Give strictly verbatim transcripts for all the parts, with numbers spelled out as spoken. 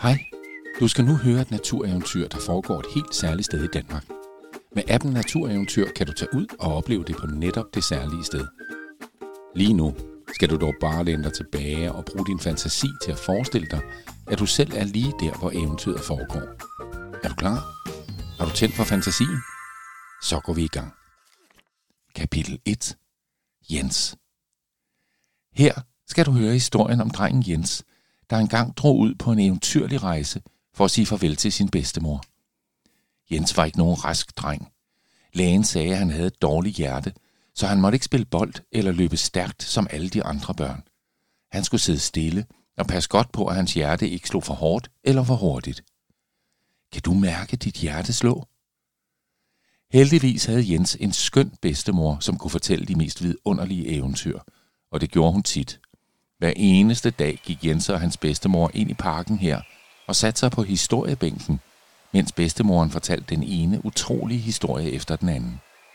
Hej, du skal nu høre et natureventyr, der foregår et helt særligt sted i Danmark. Med appen Natureventyr kan du tage ud og opleve det på netop det særlige sted. Lige nu skal du dog bare læne dig tilbage og bruge din fantasi til at forestille dig, at du selv er lige der, hvor eventyret foregår. Er du klar? Har du tændt for fantasien? Så går vi i gang. Kapitel et. Jens. Her skal du høre historien om drengen Jens, der engang drog ud på en eventyrlig rejse for at sige farvel til sin bedstemor. Jens var ikke nogen rask dreng. Lægen sagde, at han havde et dårligt hjerte, så han måtte ikke spille bold eller løbe stærkt som alle de andre børn. Han skulle sidde stille og passe godt på, at hans hjerte ikke slog for hårdt eller for hurtigt. Kan du mærke dit hjerte slå? Heldigvis havde Jens en skøn bedstemor, som kunne fortælle de mest vidunderlige eventyr, og det gjorde hun tit. Hver eneste dag gik Jens og hans bedstemor ind i parken her og satte sig på historiebænken, mens bedstemoren fortalte den ene utrolige historie efter den anden.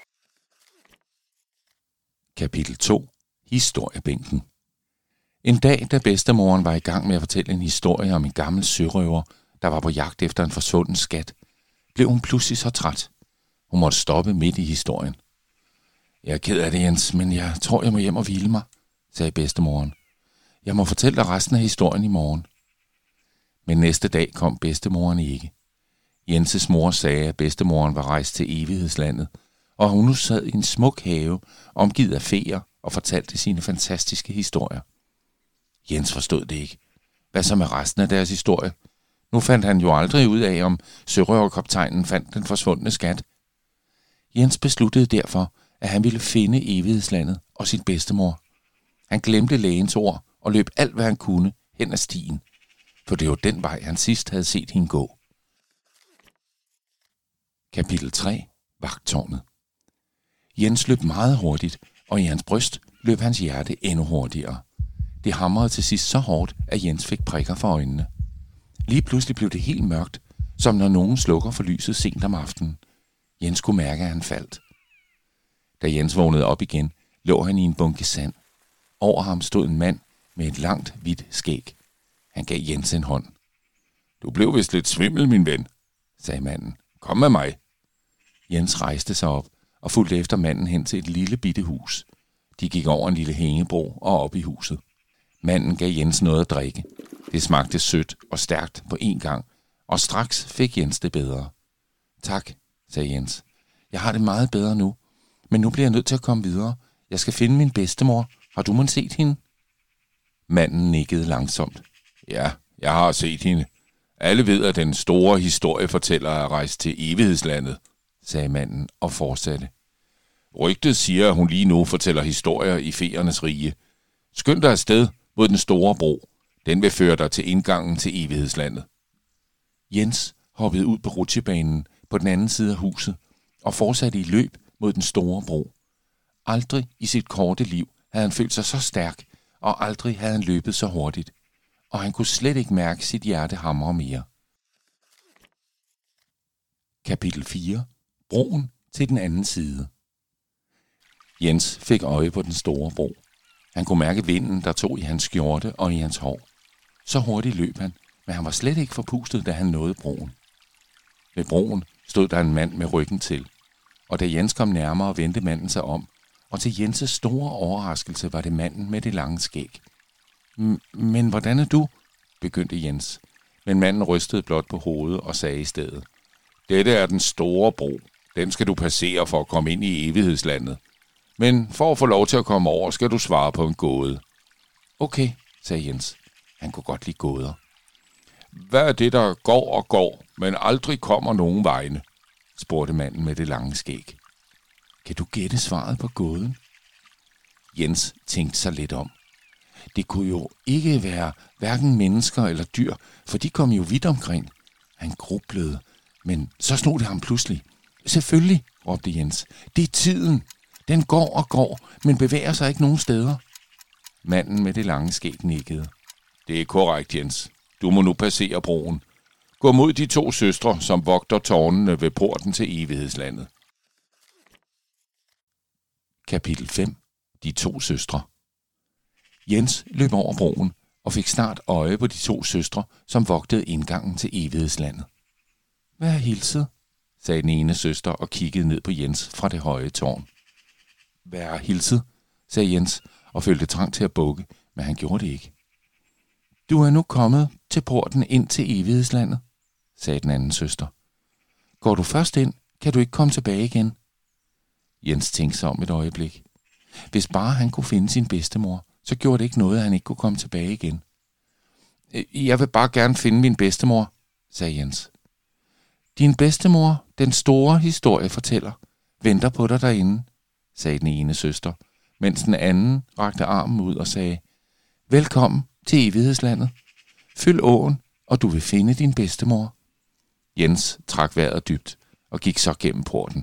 Kapitel to. Historiebænken. En dag, da bedstemoren var i gang med at fortælle en historie om en gammel sørøver, der var på jagt efter en forsvunden skat, blev hun pludselig så træt. Hun måtte stoppe midt i historien. Jeg er ked af det, Jens, men jeg tror, jeg må hjem og hvile mig, sagde bedstemoren. Jeg må fortælle dig resten af historien i morgen. Men næste dag kom bedstemoren ikke. Jenses mor sagde, at bedstemoren var rejst til evighedslandet, og hun nu sad i en smuk have, omgivet af feer, og fortalte sine fantastiske historier. Jens forstod det ikke. Hvad så med resten af deres historie? Nu fandt han jo aldrig ud af, om sørøverkaptajnen fandt den forsvundne skat. Jens besluttede derfor, at han ville finde evighedslandet og sin bedstemor. Han glemte lægens ord og løb alt, hvad han kunne, hen ad stien, for det var den vej, han sidst havde set hende gå. Kapitel tre. Vagttårnet. Jens løb meget hurtigt, og i hans bryst løb hans hjerte endnu hurtigere. Det hamrede til sidst så hårdt, at Jens fik prikker for øjnene. Lige pludselig blev det helt mørkt, som når nogen slukker for lyset sent om aftenen. Jens kunne mærke, at han faldt. Da Jens vågnede op igen, lå han i en bunke sand. Over ham stod en mand med et langt, hvidt skæg. Han gav Jens en hånd. Du blev vist lidt svimmel, min ven, sagde manden. Kom med mig. Jens rejste sig op og fulgte efter manden hen til et lille bitte hus. De gik over en lille hængebro og op i huset. Manden gav Jens noget at drikke. Det smagte sødt og stærkt på én gang, og straks fik Jens det bedre. Tak, sagde Jens. Jeg har det meget bedre nu, men nu bliver jeg nødt til at komme videre. Jeg skal finde min bedstemor. Har du måske set hende? Manden nikkede langsomt. Ja, jeg har set hende. Alle ved, at den store historiefortæller er rejst til evighedslandet, sagde manden og fortsatte. Rygtet siger, at hun lige nu fortæller historier i feernes rige. Skynd dig afsted mod den store bro. Den vil føre dig til indgangen til evighedslandet. Jens hoppede ud på rutsjebanen på den anden side af huset og fortsatte i løb mod den store bro. Aldrig i sit korte liv havde han følt sig så stærk, og aldrig havde han løbet så hurtigt, og han kunne slet ikke mærke sit hjerte hamre mere. Kapitel fire. Broen til den anden side. Jens fik øje på den store bro. Han kunne mærke vinden, der tog i hans skjorte og i hans hår. Så hurtigt løb han, men han var slet ikke forpustet, da han nåede broen. Ved broen stod der en mand med ryggen til, og da Jens kom nærmere, vendte manden sig om, og til Jens' store overraskelse var det manden med det lange skæg. Men hvordan er du? Begyndte Jens, men manden rystede blot på hovedet og sagde i stedet. Dette er den store bro. Den skal du passere for at komme ind i evighedslandet. Men for at få lov til at komme over, skal du svare på en gåde. Okay, sagde Jens. Han kunne godt lide gåder. Hvad er det, der går og går, men aldrig kommer nogen vegne? Spurgte manden med det lange skæg. Kan du gætte svaret på gåden? Jens tænkte sig lidt om. Det kunne jo ikke være hverken mennesker eller dyr, for de kom jo vidt omkring. Han grublede, men så slog det ham pludselig. Selvfølgelig, råbte Jens. Det er tiden. Den går og går, men bevæger sig ikke nogen steder. Manden med det lange skæg nikkede. Det er korrekt, Jens. Du må nu passere broen. Gå mod de to søstre, som vogter tårnene ved porten til evighedslandet. Kapitel fem. De to søstre. Jens løb over broen og fik snart øje på de to søstre, som vogtede indgangen til evighedslandet. Vær hilset, sagde den ene søster og kiggede ned på Jens fra det høje tårn. Vær hilset, sagde Jens og følte trang til at bukke, men han gjorde det ikke. Du er nu kommet til porten ind til evighedslandet, sagde den anden søster. Går du først ind, kan du ikke komme tilbage igen. Jens tænkte sig om et øjeblik. Hvis bare han kunne finde sin bedstemor, så gjorde det ikke noget, at han ikke kunne komme tilbage igen. Jeg vil bare gerne finde min bedstemor, sagde Jens. Din bedstemor, den store historiefortæller, venter på dig derinde, sagde den ene søster, mens den anden rakte armen ud og sagde, velkommen til evighedslandet. Fyld åen, og du vil finde din bedstemor. Jens trak vejret dybt og gik så gennem porten.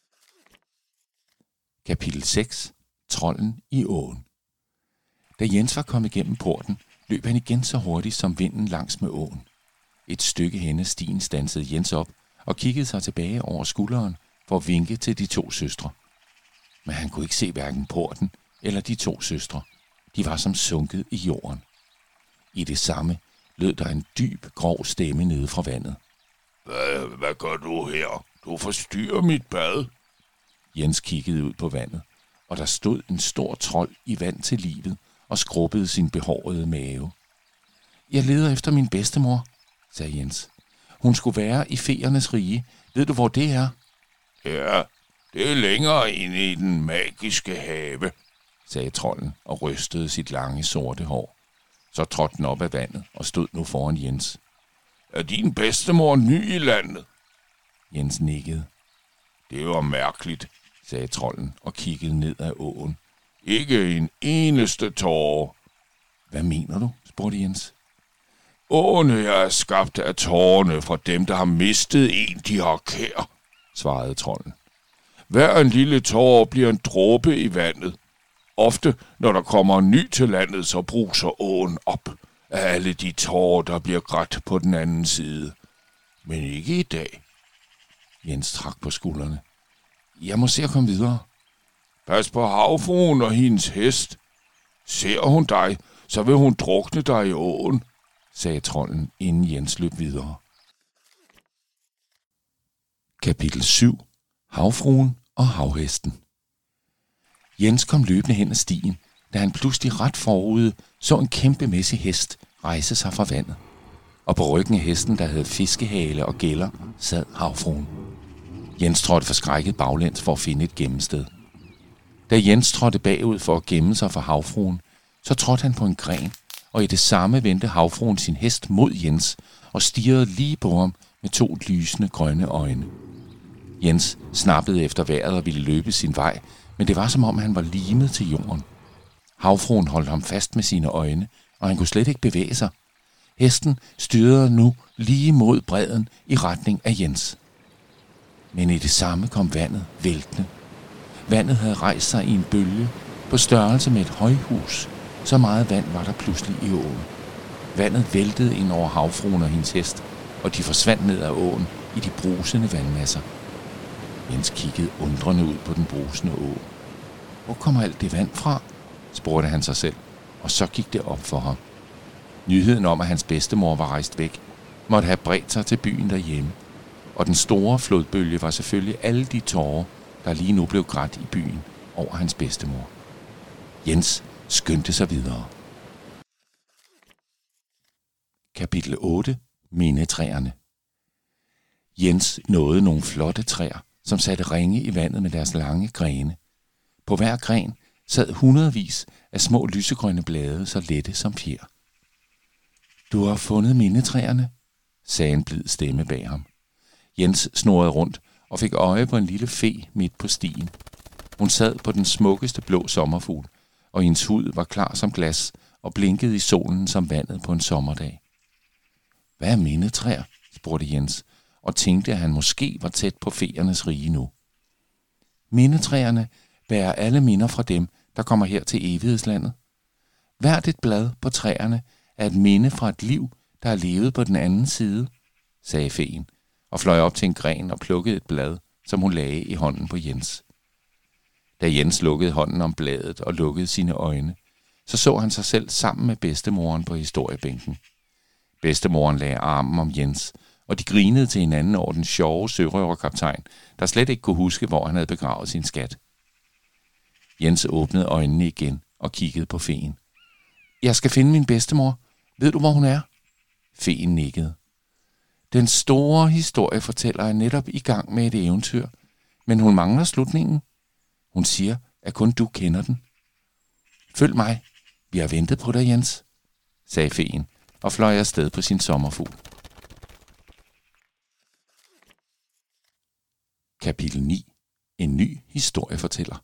Kapitel seks. Trolden i åen. Da Jens var kommet gennem porten, løb han igen så hurtigt som vinden langs med åen. Et stykke henne stien standsede Jens op og kiggede sig tilbage over skulderen for at vinke til de to søstre. Men han kunne ikke se hverken porten eller de to søstre. De var som sunket i jorden. I det samme lød der en dyb, grov stemme nede fra vandet. Hvad, hvad gør du her? Du forstyrrer mit bad. Jens kiggede ud på vandet, og der stod en stor trold i vand til livet og skrubbede sin behårede mave. Jeg leder efter min bedstemor, sagde Jens. Hun skulle være i feernes rige. Ved du, hvor det er? Ja, det er længere inde i den magiske have, sagde trolden og rystede sit lange sorte hår. Så trådte den op af vandet og stod nu foran Jens. Er din bedstemor ny i landet? Jens nikkede. Det var mærkeligt, sagde trolden og kiggede ned ad åen. Ikke en eneste tåre. Hvad mener du? Spurgte Jens. Åene er skabt af tårerne fra dem, der har mistet en, de har kær, svarede trolden. Hver en lille tåre bliver en dråbe i vandet. Ofte, når der kommer en ny til landet, så bruser åen op af alle de tårer, der bliver grædt på den anden side. Men ikke i dag. Jens trak på skuldrene. Jeg må se at komme videre. Pas på havfruen og hendes hest. Ser hun dig, så vil hun drukne dig i åen, sagde trolden, inden Jens løb videre. Kapitel syv. Havfruen og havhesten. Jens kom løbende hen ad stien, da han pludselig ret forude så en kæmpemæssig hest rejse sig fra vandet. Og på ryggen af hesten, der havde fiskehale og gælder, sad havfruen. Jens trådte forskrækket baglæns for at finde et gemmested. Da Jens trådte bagud for at gemme sig for havfruen, så trådte han på en gren, og i det samme vendte havfruen sin hest mod Jens og stirrede lige på ham med to lysende grønne øjne. Jens snappede efter vejret og ville løbe sin vej, men det var som om han var limet til jorden. Havfruen holdt ham fast med sine øjne, og han kunne slet ikke bevæge sig. Hesten styrede nu lige mod bredden i retning af Jens. Men i det samme kom vandet væltende. Vandet havde rejst sig i en bølge på størrelse med et højhus. Så meget vand var der pludselig i åen. Vandet væltede ind over havfruen og hendes hest, og de forsvandt ned ad åen i de brusende vandmasser. Jens kiggede undrende ud på den brusende å. Hvor kommer alt det vand fra? Spurgte han sig selv, og så gik det op for ham. Nyheden om, at hans bedstemor var rejst væk, måtte have bredt sig til byen derhjemme, og den store flodbølge var selvfølgelig alle de tårer, der lige nu blev grædt i byen over hans bedstemor. Jens skyndte sig videre. Kapitel otte. Mindetræerne. Jens nåede nogle flotte træer, som satte ringe i vandet med deres lange grene. På hver gren sad hundredvis af små lysegrønne blade, så lette som fjer. Du har fundet mindetræerne, sagde en blid stemme bag ham. Jens snurrede rundt og fik øje på en lille fe midt på stien. Hun sad på den smukkeste blå sommerfugl, og hendes hud var klar som glas og blinkede i solen som vandet på en sommerdag. Hvad er mindetræer? Spurgte Jens, og tænkte, at han måske var tæt på feernes rige nu. Mindetræerne bærer alle minder fra dem, der kommer her til evighedslandet. Hvert et blad på træerne er et minde fra et liv, der er levet på den anden side, sagde feen, og fløj op til en gren og plukkede et blad, som hun lagde i hånden på Jens. Da Jens lukkede hånden om bladet og lukkede sine øjne, så så han sig selv sammen med bedstemoren på historiebænken. Bedstemoren lagde armen om Jens, og de grinede til hinanden over den sjove sørøverkaptajn, der slet ikke kunne huske, hvor han havde begravet sin skat. Jens åbnede øjnene igen og kiggede på feen. Jeg skal finde min bedstemor. Ved du, hvor hun er? Feen nikkede. Den store historiefortæller er netop i gang med et eventyr, men hun mangler slutningen. Hun siger, at kun du kender den. Følg mig. Vi har ventet på dig, Jens, sagde feen og fløj afsted på sin sommerfugl. Kapitel ni. En ny historiefortæller.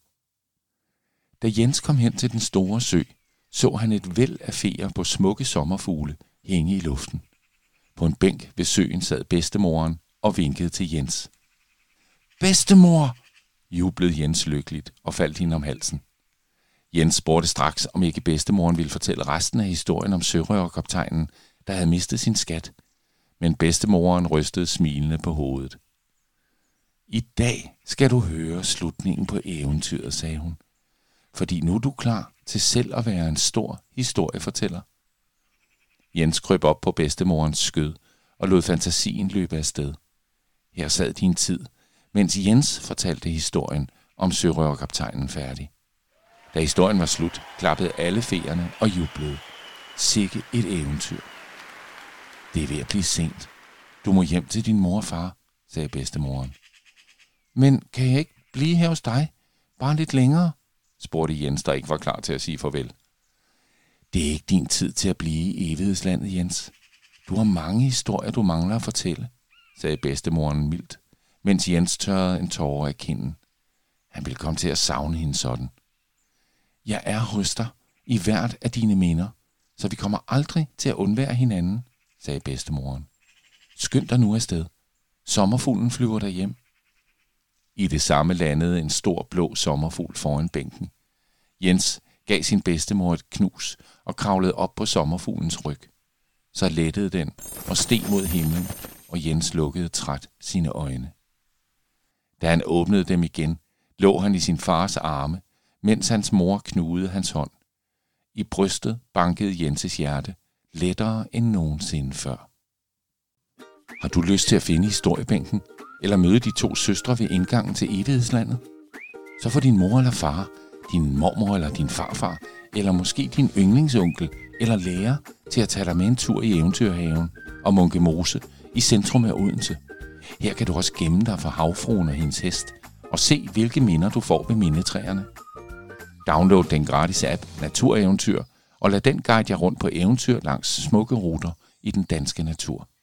Da Jens kom hen til den store sø, så han et væld af feer på smukke sommerfugle hænge i luften. På en bænk ved søen sad bedstemoren og vinkede til Jens. Bedstemor! Jublede Jens lykkeligt og faldt hende om halsen. Jens spurgte straks, om ikke bedstemoren ville fortælle resten af historien om sørøverkaptajnen, der havde mistet sin skat. Men bedstemoren rystede smilende på hovedet. I dag skal du høre slutningen på eventyret, sagde hun. Fordi nu er du klar til selv at være en stor historiefortæller. Jens krøb op på bedstemorens skød og lod fantasien løbe afsted. Her sad de en tid, mens Jens fortalte historien om sørøverkaptajnen færdig. Da historien var slut, klappede alle feerne og jublede. Sikke et eventyr. Det er ved at blive sent. Du må hjem til din mor og far, sagde bedstemoren. Men kan jeg ikke blive her hos dig? Bare lidt længere, spurgte Jens, der ikke var klar til at sige farvel. Det er ikke din tid til at blive i evighedslandet, Jens. Du har mange historier, du mangler at fortælle, sagde bedstemoren mildt, mens Jens tørrede en tåre af kinden. Han ville komme til at savne hende sådan. Jeg er hos dig i hvert af dine minder, så vi kommer aldrig til at undvære hinanden, sagde bedstemoren. Skynd dig nu afsted. Sommerfuglen flyver dig hjem. I det samme landede en stor blå sommerfugl foran bænken. Jens gav sin bedstemor et knus og kravlede op på sommerfuglens ryg. Så lettede den og steg mod himlen, og Jens lukkede træt sine øjne. Da han åbnede dem igen, lå han i sin fars arme, mens hans mor knugede hans hånd. I brystet bankede Jenses hjerte, lettere end nogensinde før. Har du lyst til at finde historiebænken, eller møde de to søstre ved indgangen til evighedslandet? Så får din mor eller far, din mormor eller din farfar, eller måske din yndlingsonkel eller lærer til at tage dig med en tur i Eventyrhaven og Munke Mose i centrum af Odense. Her kan du også gemme dig for havfruen og hendes hest og se, hvilke minder du får ved mindetræerne. Download den gratis app Natureventyr og lad den guide jer rundt på eventyr langs smukke ruter i den danske natur.